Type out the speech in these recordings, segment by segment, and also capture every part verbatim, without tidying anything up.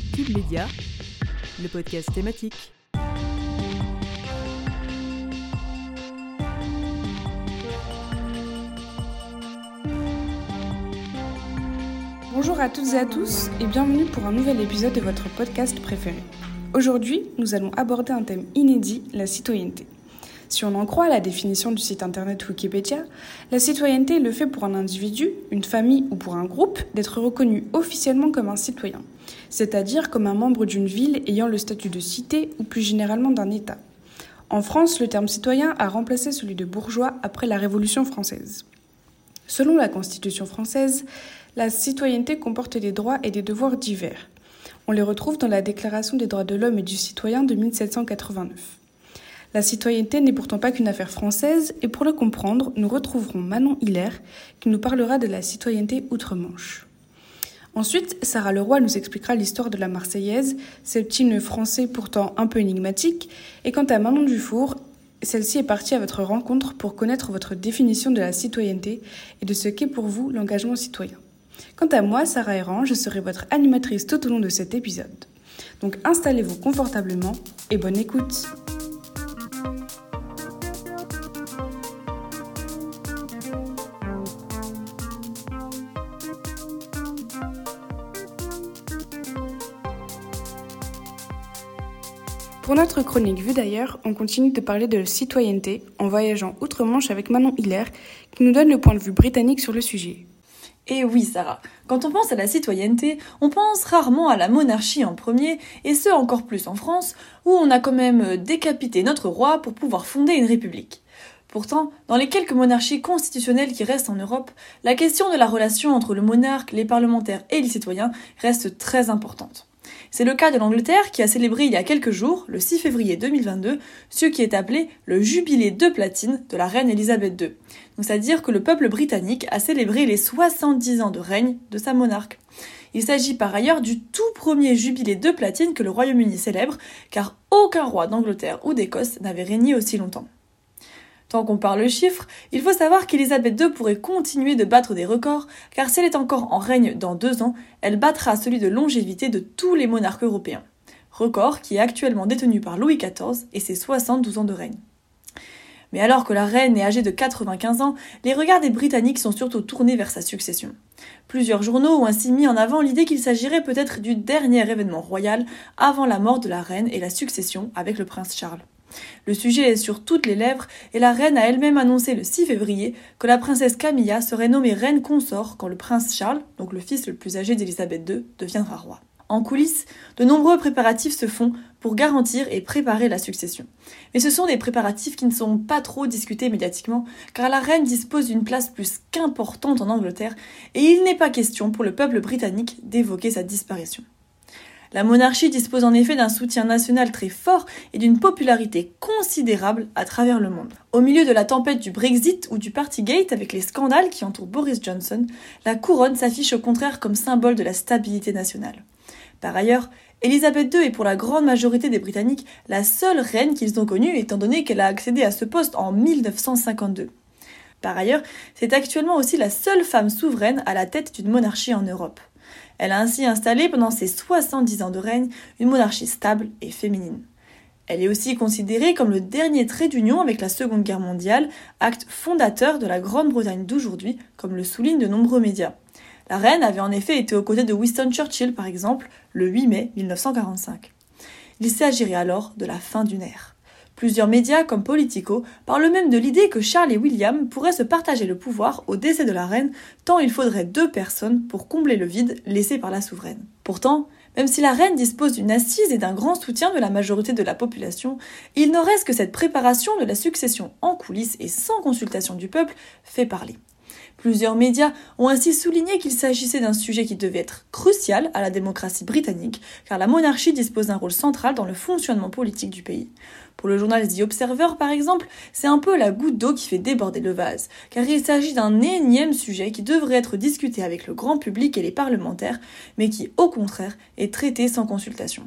Cube Média, le podcast thématique. Bonjour à toutes et à tous et bienvenue pour un nouvel épisode de votre podcast préféré. Aujourd'hui, nous allons aborder un thème inédit, la citoyenneté. Si on en croit la définition du site internet Wikipédia, la citoyenneté est le fait pour un individu, une famille ou pour un groupe d'être reconnu officiellement comme un citoyen, c'est-à-dire comme un membre d'une ville ayant le statut de cité ou plus généralement d'un État. En France, le terme citoyen a remplacé celui de bourgeois après la Révolution française. Selon la Constitution française, la citoyenneté comporte des droits et des devoirs divers. On les retrouve dans la Déclaration des droits de l'homme et du citoyen de mille sept cent quatre-vingt-neuf. La citoyenneté n'est pourtant pas qu'une affaire française, et pour le comprendre, nous retrouverons Manon Hilaire, qui nous parlera de la citoyenneté outre-Manche. Ensuite, Sarah Leroy nous expliquera l'histoire de la Marseillaise, cet hymne français pourtant un peu énigmatique, et quant à Manon Dufour, celle-ci est partie à votre rencontre pour connaître votre définition de la citoyenneté et de ce qu'est pour vous l'engagement citoyen. Quant à moi, Sarah Errand, je serai votre animatrice tout au long de cet épisode. Donc installez-vous confortablement et bonne écoute. Pour notre chronique Vue d'ailleurs, on continue de parler de citoyenneté en voyageant outre-Manche avec Manon Hilaire qui nous donne le point de vue britannique sur le sujet. Et oui Sarah, quand on pense à la citoyenneté, on pense rarement à la monarchie en premier, et ce encore plus en France, où on a quand même décapité notre roi pour pouvoir fonder une république. Pourtant, dans les quelques monarchies constitutionnelles qui restent en Europe, la question de la relation entre le monarque, les parlementaires et les citoyens reste très importante. C'est le cas de l'Angleterre qui a célébré il y a quelques jours, le six février deux mille vingt-deux, ce qui est appelé le jubilé de platine de la reine Elisabeth deux. Donc c'est-à-dire que le peuple britannique a célébré les soixante-dix ans de règne de sa monarque. Il s'agit par ailleurs du tout premier jubilé de platine que le Royaume-Uni célèbre, car aucun roi d'Angleterre ou d'Écosse n'avait régné aussi longtemps. Tant qu'on parle chiffres, il faut savoir qu'Elisabeth deux pourrait continuer de battre des records, car si elle est encore en règne dans deux ans, elle battra celui de longévité de tous les monarques européens. Record qui est actuellement détenu par Louis quatorze et ses soixante-douze ans de règne. Mais alors que la reine est âgée de quatre-vingt-quinze ans, les regards des Britanniques sont surtout tournés vers sa succession. Plusieurs journaux ont ainsi mis en avant l'idée qu'il s'agirait peut-être du dernier événement royal avant la mort de la reine et la succession avec le prince Charles. Le sujet est sur toutes les lèvres et la reine a elle-même annoncé le six février que la princesse Camilla serait nommée reine consort quand le prince Charles, donc le fils le plus âgé d'Elisabeth deux, deviendra roi. En coulisses, de nombreux préparatifs se font pour garantir et préparer la succession. Mais ce sont des préparatifs qui ne sont pas trop discutés médiatiquement, car la reine dispose d'une place plus qu'importante en Angleterre et il n'est pas question pour le peuple britannique d'évoquer sa disparition. La monarchie dispose en effet d'un soutien national très fort et d'une popularité considérable à travers le monde. Au milieu de la tempête du Brexit ou du Partygate avec les scandales qui entourent Boris Johnson, la couronne s'affiche au contraire comme symbole de la stabilité nationale. Par ailleurs, Elisabeth deux est pour la grande majorité des Britanniques la seule reine qu'ils ont connue étant donné qu'elle a accédé à ce poste en mille neuf cent cinquante-deux. Par ailleurs, c'est actuellement aussi la seule femme souveraine à la tête d'une monarchie en Europe. Elle a ainsi installé pendant ses soixante-dix ans de règne une monarchie stable et féminine. Elle est aussi considérée comme le dernier trait d'union avec la Seconde Guerre mondiale, acte fondateur de la Grande-Bretagne d'aujourd'hui, comme le soulignent de nombreux médias. La reine avait en effet été aux côtés de Winston Churchill, par exemple, le huit mai mille neuf cent quarante-cinq. Il s'agirait alors de la fin d'une ère. Plusieurs médias, comme Politico, parlent même de l'idée que Charles et William pourraient se partager le pouvoir au décès de la reine, tant il faudrait deux personnes pour combler le vide laissé par la souveraine. Pourtant, même si la reine dispose d'une assise et d'un grand soutien de la majorité de la population, il n'en reste que cette préparation de la succession en coulisses et sans consultation du peuple fait parler. Plusieurs médias ont ainsi souligné qu'il s'agissait d'un sujet qui devait être crucial à la démocratie britannique, car la monarchie dispose d'un rôle central dans le fonctionnement politique du pays. Pour le journal The Observer, par exemple, c'est un peu la goutte d'eau qui fait déborder le vase, car il s'agit d'un énième sujet qui devrait être discuté avec le grand public et les parlementaires, mais qui, au contraire, est traité sans consultation.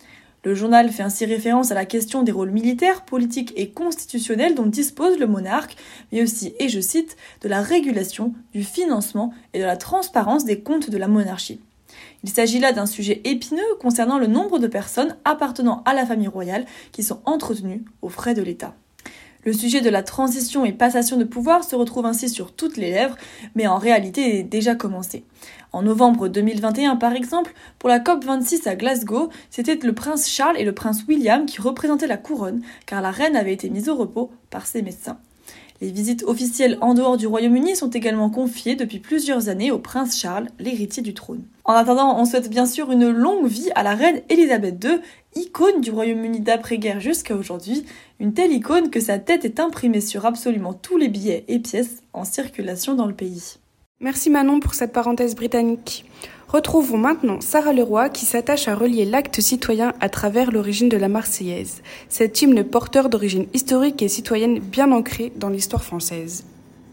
Le journal fait ainsi référence à la question des rôles militaires, politiques et constitutionnels dont dispose le monarque, mais aussi, et je cite, de la régulation, du financement et de la transparence des comptes de la monarchie. Il s'agit là d'un sujet épineux concernant le nombre de personnes appartenant à la famille royale qui sont entretenues aux frais de l'État. Le sujet de la transition et passation de pouvoir se retrouve ainsi sur toutes les lèvres, mais en réalité est déjà commencé. En novembre deux mille vingt et un, par exemple, pour la COP vingt-six à Glasgow, c'était le prince Charles et le prince William qui représentaient la couronne, car la reine avait été mise au repos par ses médecins. Les visites officielles en dehors du Royaume-Uni sont également confiées depuis plusieurs années au prince Charles, l'héritier du trône. En attendant, on souhaite bien sûr une longue vie à la reine Elisabeth deux, icône du Royaume-Uni d'après-guerre jusqu'à aujourd'hui, une telle icône que sa tête est imprimée sur absolument tous les billets et pièces en circulation dans le pays. Merci Manon pour cette parenthèse britannique. Retrouvons maintenant Sarah Leroy qui s'attache à relier l'acte citoyen à travers l'origine de la Marseillaise, cet hymne porteur d'origine historique et citoyenne bien ancrée dans l'histoire française.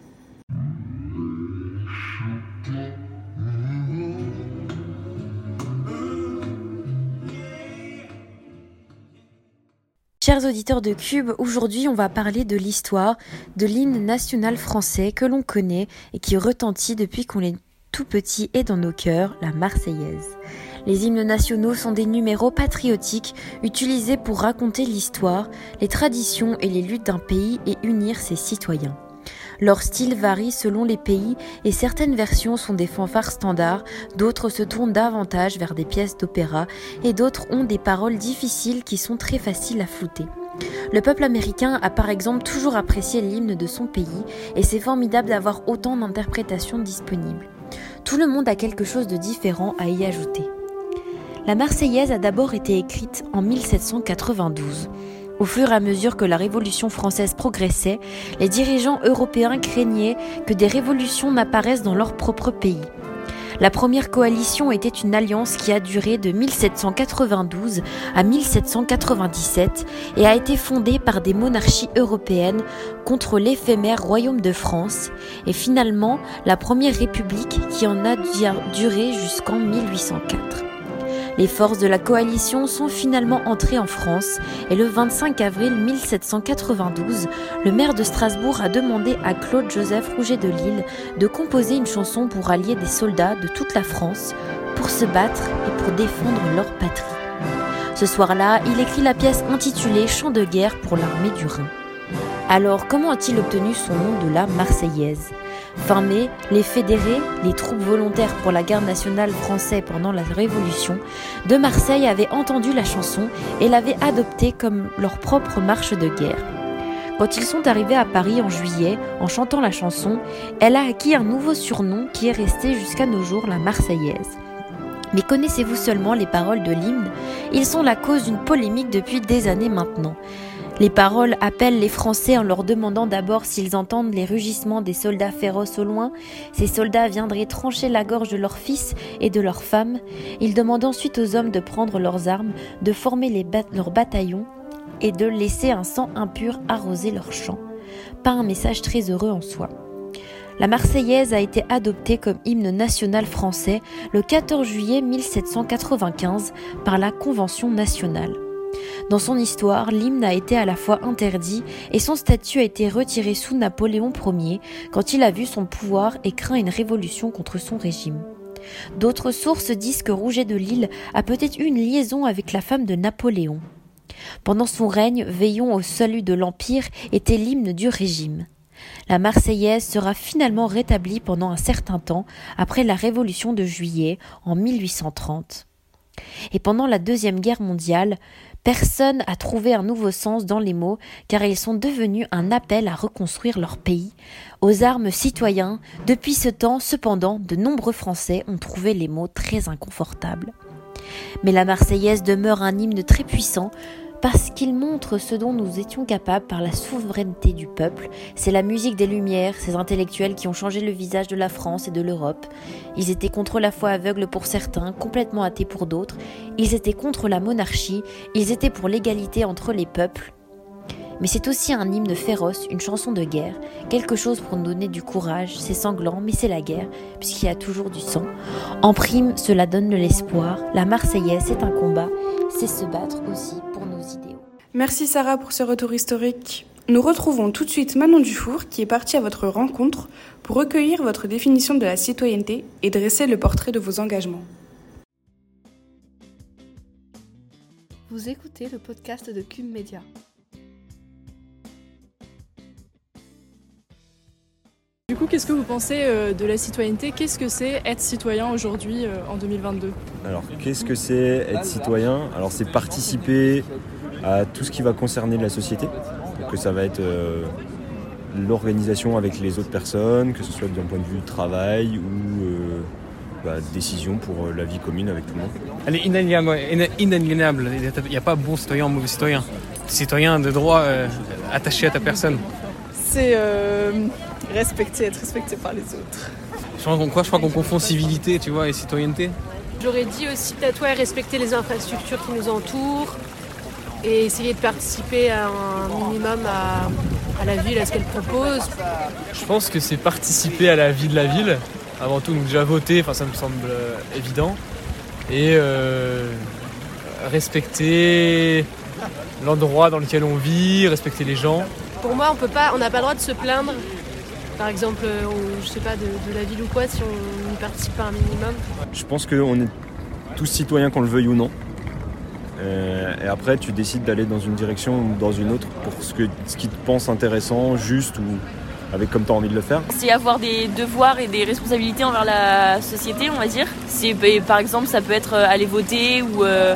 Chers auditeurs de Cube, aujourd'hui on va parler de l'histoire de l'hymne national français que l'on connaît et qui retentit depuis qu'on est tout petit et dans nos cœurs, la Marseillaise. Les hymnes nationaux sont des numéros patriotiques utilisés pour raconter l'histoire, les traditions et les luttes d'un pays et unir ses citoyens. Leur style varie selon les pays et certaines versions sont des fanfares standards, d'autres se tournent davantage vers des pièces d'opéra et d'autres ont des paroles difficiles qui sont très faciles à flouter. Le peuple américain a par exemple toujours apprécié l'hymne de son pays et c'est formidable d'avoir autant d'interprétations disponibles. Tout le monde a quelque chose de différent à y ajouter. La Marseillaise a d'abord été écrite en mille sept cent quatre-vingt-douze. Au fur et à mesure que la Révolution française progressait, les dirigeants européens craignaient que des révolutions n'apparaissent dans leur propre pays. La première coalition était une alliance qui a duré de mille sept cent quatre-vingt-douze à mille sept cent quatre-vingt-dix-sept et a été fondée par des monarchies européennes contre l'éphémère Royaume de France et finalement la première république qui en a duré jusqu'en mille huit cent quatre. Les forces de la coalition sont finalement entrées en France et le vingt-cinq avril mille sept cent quatre-vingt-douze, le maire de Strasbourg a demandé à Claude-Joseph Rouget de Lille de composer une chanson pour allier des soldats de toute la France pour se battre et pour défendre leur patrie. Ce soir-là, il écrit la pièce intitulée « Chant de guerre pour l'armée du Rhin ». Alors, comment a-t-il obtenu son nom de la Marseillaise ? Fin mai, les fédérés, les troupes volontaires pour la garde nationale française pendant la Révolution, de Marseille avaient entendu la chanson et l'avaient adoptée comme leur propre marche de guerre. Quand ils sont arrivés à Paris en juillet, en chantant la chanson, elle a acquis un nouveau surnom qui est resté jusqu'à nos jours la Marseillaise. Mais connaissez-vous seulement les paroles de l'hymne ? Ils sont la cause d'une polémique depuis des années maintenant. Les paroles appellent les Français en leur demandant d'abord s'ils entendent les rugissements des soldats féroces au loin. Ces soldats viendraient trancher la gorge de leurs fils et de leurs femmes. Ils demandent ensuite aux hommes de prendre leurs armes, de former les bat- leurs bataillons et de laisser un sang impur arroser leurs champs. Pas un message très heureux en soi. La Marseillaise a été adoptée comme hymne national français le quatorze juillet mille sept cent quatre-vingt-quinze par la Convention nationale. Dans son histoire, l'hymne a été à la fois interdit et son statut a été retiré sous Napoléon Ier quand il a vu son pouvoir et craint une révolution contre son régime. D'autres sources disent que Rouget de Lille a peut-être eu une liaison avec la femme de Napoléon. Pendant son règne, Veillons au salut de l'Empire était l'hymne du régime. La Marseillaise sera finalement rétablie pendant un certain temps après la Révolution de Juillet en mille huit cent trente. Et pendant la Deuxième Guerre mondiale, personne n'a trouvé un nouveau sens dans les mots car ils sont devenus un appel à reconstruire leur pays, aux armes citoyens. Depuis ce temps, cependant, de nombreux Français ont trouvé les mots très inconfortables. Mais la Marseillaise demeure un hymne très puissant parce qu'il montre ce dont nous étions capables par la souveraineté du peuple. C'est la musique des Lumières, ces intellectuels qui ont changé le visage de la France et de l'Europe. Ils étaient contre la foi aveugle pour certains, complètement athées pour d'autres. Ils étaient contre la monarchie, ils étaient pour l'égalité entre les peuples. Mais c'est aussi un hymne féroce, une chanson de guerre, quelque chose pour nous donner du courage. C'est sanglant, mais c'est la guerre, puisqu'il y a toujours du sang. En prime, cela donne de l'espoir. La Marseillaise, c'est un combat, c'est se battre aussi pour nos idéaux. Merci Sarah pour ce retour historique. Nous retrouvons tout de suite Manon Dufour qui est partie à votre rencontre pour recueillir votre définition de la citoyenneté et dresser le portrait de vos engagements. Vous écoutez le podcast de Cube Média. Du coup, qu'est-ce que vous pensez euh, de la citoyenneté ? Qu'est-ce que c'est être citoyen aujourd'hui euh, en deux mille vingt-deux ? Alors, qu'est-ce que c'est être citoyen ? Alors, c'est participer à tout ce qui va concerner la société. Donc, ça va être euh, l'organisation avec les autres personnes, que ce soit d'un point de vue travail ou euh, bah, décision pour euh, la vie commune avec tout le monde. Elle est inaliénable. inaliénable. Il n'y a pas bon citoyen ou mauvais citoyen. Citoyen de droit euh, attaché à ta personne. C'est euh, respecter, être respecté par les autres. Je crois, qu'on, quoi, je crois qu'on confond civilité, tu vois, et citoyenneté. J'aurais dit aussi peut-être ouais, respecter les infrastructures qui nous entourent et essayer de participer à un minimum à, à la ville, à ce qu'elle propose. Je pense que c'est participer à la vie de la ville. Avant tout, donc déjà voter, enfin ça me semble euh, évident. Et euh, respecter l'endroit dans lequel on vit, respecter les gens. Pour moi, on peut pas, on n'a pas le droit de se plaindre, par exemple, on, je sais pas, de, de la ville ou quoi, si on y participe pas un minimum. Je pense qu'on est tous citoyens, qu'on le veuille ou non. Euh, et après, tu décides d'aller dans une direction ou dans une autre pour ce, que, ce qui te pense intéressant, juste ou avec comme tu as envie de le faire. C'est avoir des devoirs et des responsabilités envers la société, on va dire. C'est, par exemple, ça peut être aller voter ou euh,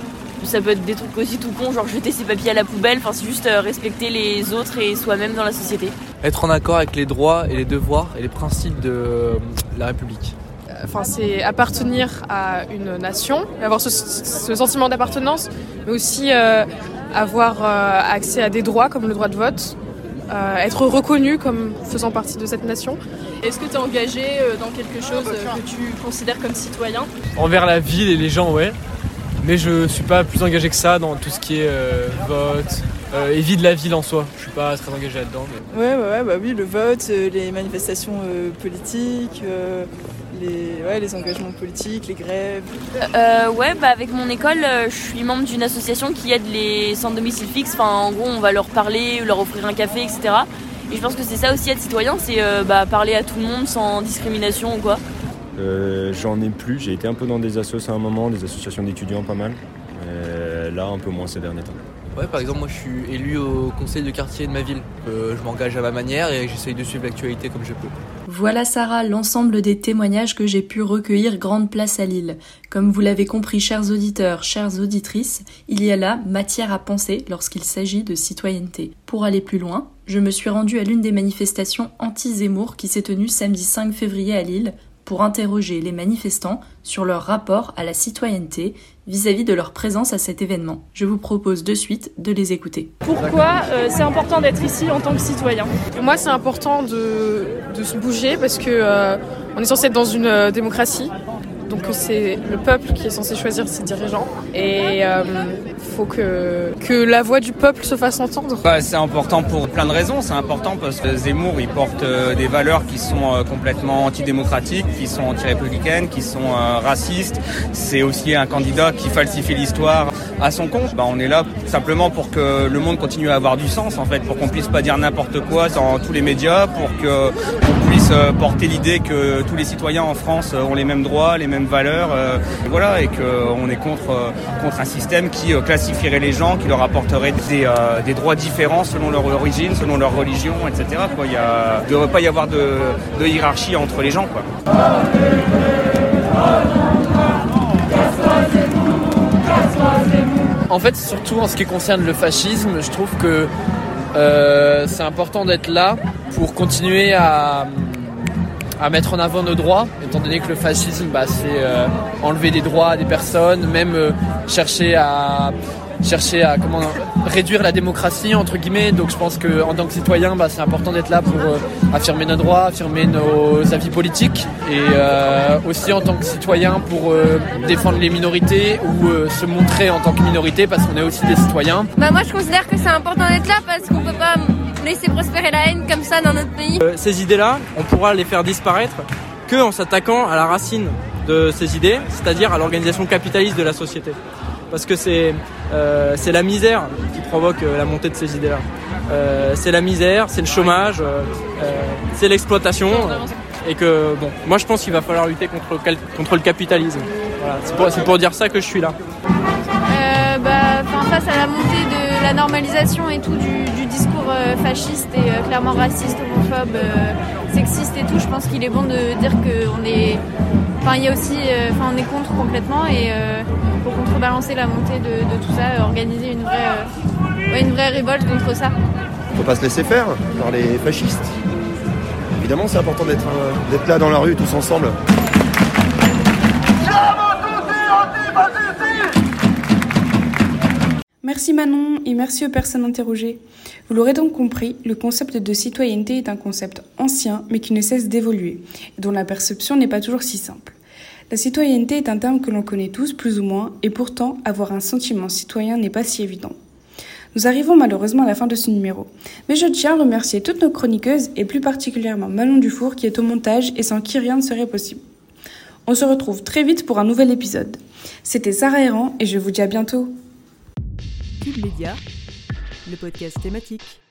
ça peut être des trucs aussi tout cons, genre jeter ses papiers à la poubelle. Enfin, c'est juste respecter les autres et soi-même dans la société. Être en accord avec les droits et les devoirs et les principes de la République. Enfin, c'est appartenir à une nation, avoir ce, ce sentiment d'appartenance, mais aussi euh, avoir euh, accès à des droits comme le droit de vote. Euh, être reconnu comme faisant partie de cette nation. Est-ce que tu es engagé euh, dans quelque chose euh, que tu considères comme citoyen ? Envers la ville et les gens, ouais. Mais je suis pas plus engagé que ça dans tout ce qui est euh, vote euh, et vie de la ville en soi. Je suis pas très engagé là-dedans. Mais... Ouais, ouais, ouais, bah oui, le vote, euh, les manifestations euh, politiques, euh, les, ouais, les engagements politiques, les grèves. Euh, ouais, bah avec mon école, euh, je suis membre d'une association qui aide les sans domicile fixe. Enfin, en gros, on va leur parler, leur offrir un café, et cetera. Et je pense que c'est ça aussi être citoyen, c'est euh, bah, parler à tout le monde sans discrimination ou quoi. Euh, j'en ai plus, j'ai été un peu dans des assos à un moment, des associations d'étudiants pas mal. Euh, là, un peu moins ces derniers temps. Ouais, par exemple, moi je suis élu au conseil de quartier de ma ville. Euh, je m'engage à ma manière et j'essaye de suivre l'actualité comme je peux. Voilà Sarah, l'ensemble des témoignages que j'ai pu recueillir grande place à Lille. Comme vous l'avez compris, chers auditeurs, chères auditrices, il y a là matière à penser lorsqu'il s'agit de citoyenneté. Pour aller plus loin, je me suis rendue à l'une des manifestations anti-Zemmour qui s'est tenue samedi cinq février à Lille pour interroger les manifestants sur leur rapport à la citoyenneté vis-à-vis de leur présence à cet événement. Je vous propose de suite de les écouter. Pourquoi euh, c'est important d'être ici en tant que citoyen ? Pour moi, c'est important de, de se bouger parce que euh, on est censé être dans une euh, démocratie. Donc c'est le peuple qui est censé choisir ses dirigeants et il euh, faut que, que la voix du peuple se fasse entendre. Bah, c'est important pour plein de raisons. C'est important parce que Zemmour il porte euh, des valeurs qui sont euh, complètement antidémocratiques, qui sont anti-républicaines, qui sont euh, racistes. C'est aussi un candidat qui falsifie l'histoire à son compte. Bah, on est là simplement pour que le monde continue à avoir du sens en fait, pour qu'on puisse pas dire n'importe quoi dans tous les médias, pour qu'on puisse euh, porter l'idée que tous les citoyens en France euh, ont les mêmes droits, les mêmes valeurs, euh, voilà, et qu'on est contre, euh, contre un système qui euh, classifierait les gens, qui leur apporterait des, euh, des droits différents selon leur origine, selon leur religion, et cetera. Quoi. Il ne devrait pas y avoir de, de hiérarchie entre les gens. Quoi. En fait, surtout en ce qui concerne le fascisme, je trouve que euh, c'est important d'être là pour continuer à... à mettre en avant nos droits, étant donné que le fascisme, bah, c'est euh, enlever des droits à des personnes, même euh, chercher à chercher à comment réduire la démocratie entre guillemets. Donc je pense que en tant que citoyen, bah, c'est important d'être là pour euh, affirmer nos droits, affirmer nos avis politiques, et euh, aussi en tant que citoyen pour euh, défendre les minorités ou euh, se montrer en tant que minorité parce qu'on est aussi des citoyens. Bah moi je considère que c'est important d'être là parce qu'on peut pas laisser prospérer la haine comme ça dans notre pays. Euh, ces idées-là, on pourra les faire disparaître que en s'attaquant à la racine de ces idées, c'est-à-dire à l'organisation capitaliste de la société. Parce que c'est, euh, c'est la misère qui provoque euh, la montée de ces idées-là. Euh, c'est la misère, c'est le chômage, euh, euh, c'est l'exploitation. Euh, et que, bon, moi je pense qu'il va falloir lutter contre, contre le capitalisme. Voilà, c'est pour, c'est pour dire ça que je suis là. Euh, bah, face à la montée de la normalisation et tout du, du discours euh, fasciste et euh, clairement raciste, homophobe, euh, sexiste et tout, je pense qu'il est bon de dire qu'on est... Enfin, il y a aussi... Euh, enfin, on est contre complètement et euh, pour contrebalancer la montée de, de tout ça, euh, organiser une vraie, euh, ouais, une vraie révolte contre ça. Faut pas se laisser faire par les fascistes. Évidemment, c'est important d'être, euh, d'être là dans la rue tous ensemble. Merci Manon et merci aux personnes interrogées. Vous l'aurez donc compris, le concept de citoyenneté est un concept ancien mais qui ne cesse d'évoluer et dont la perception n'est pas toujours si simple. La citoyenneté est un terme que l'on connaît tous plus ou moins et pourtant avoir un sentiment citoyen n'est pas si évident. Nous arrivons malheureusement à la fin de ce numéro, mais je tiens à remercier toutes nos chroniqueuses et plus particulièrement Manon Dufour qui est au montage et sans qui rien ne serait possible. On se retrouve très vite pour un nouvel épisode. C'était Sarah Errand et je vous dis à bientôt. Cube Média, le podcast thématique.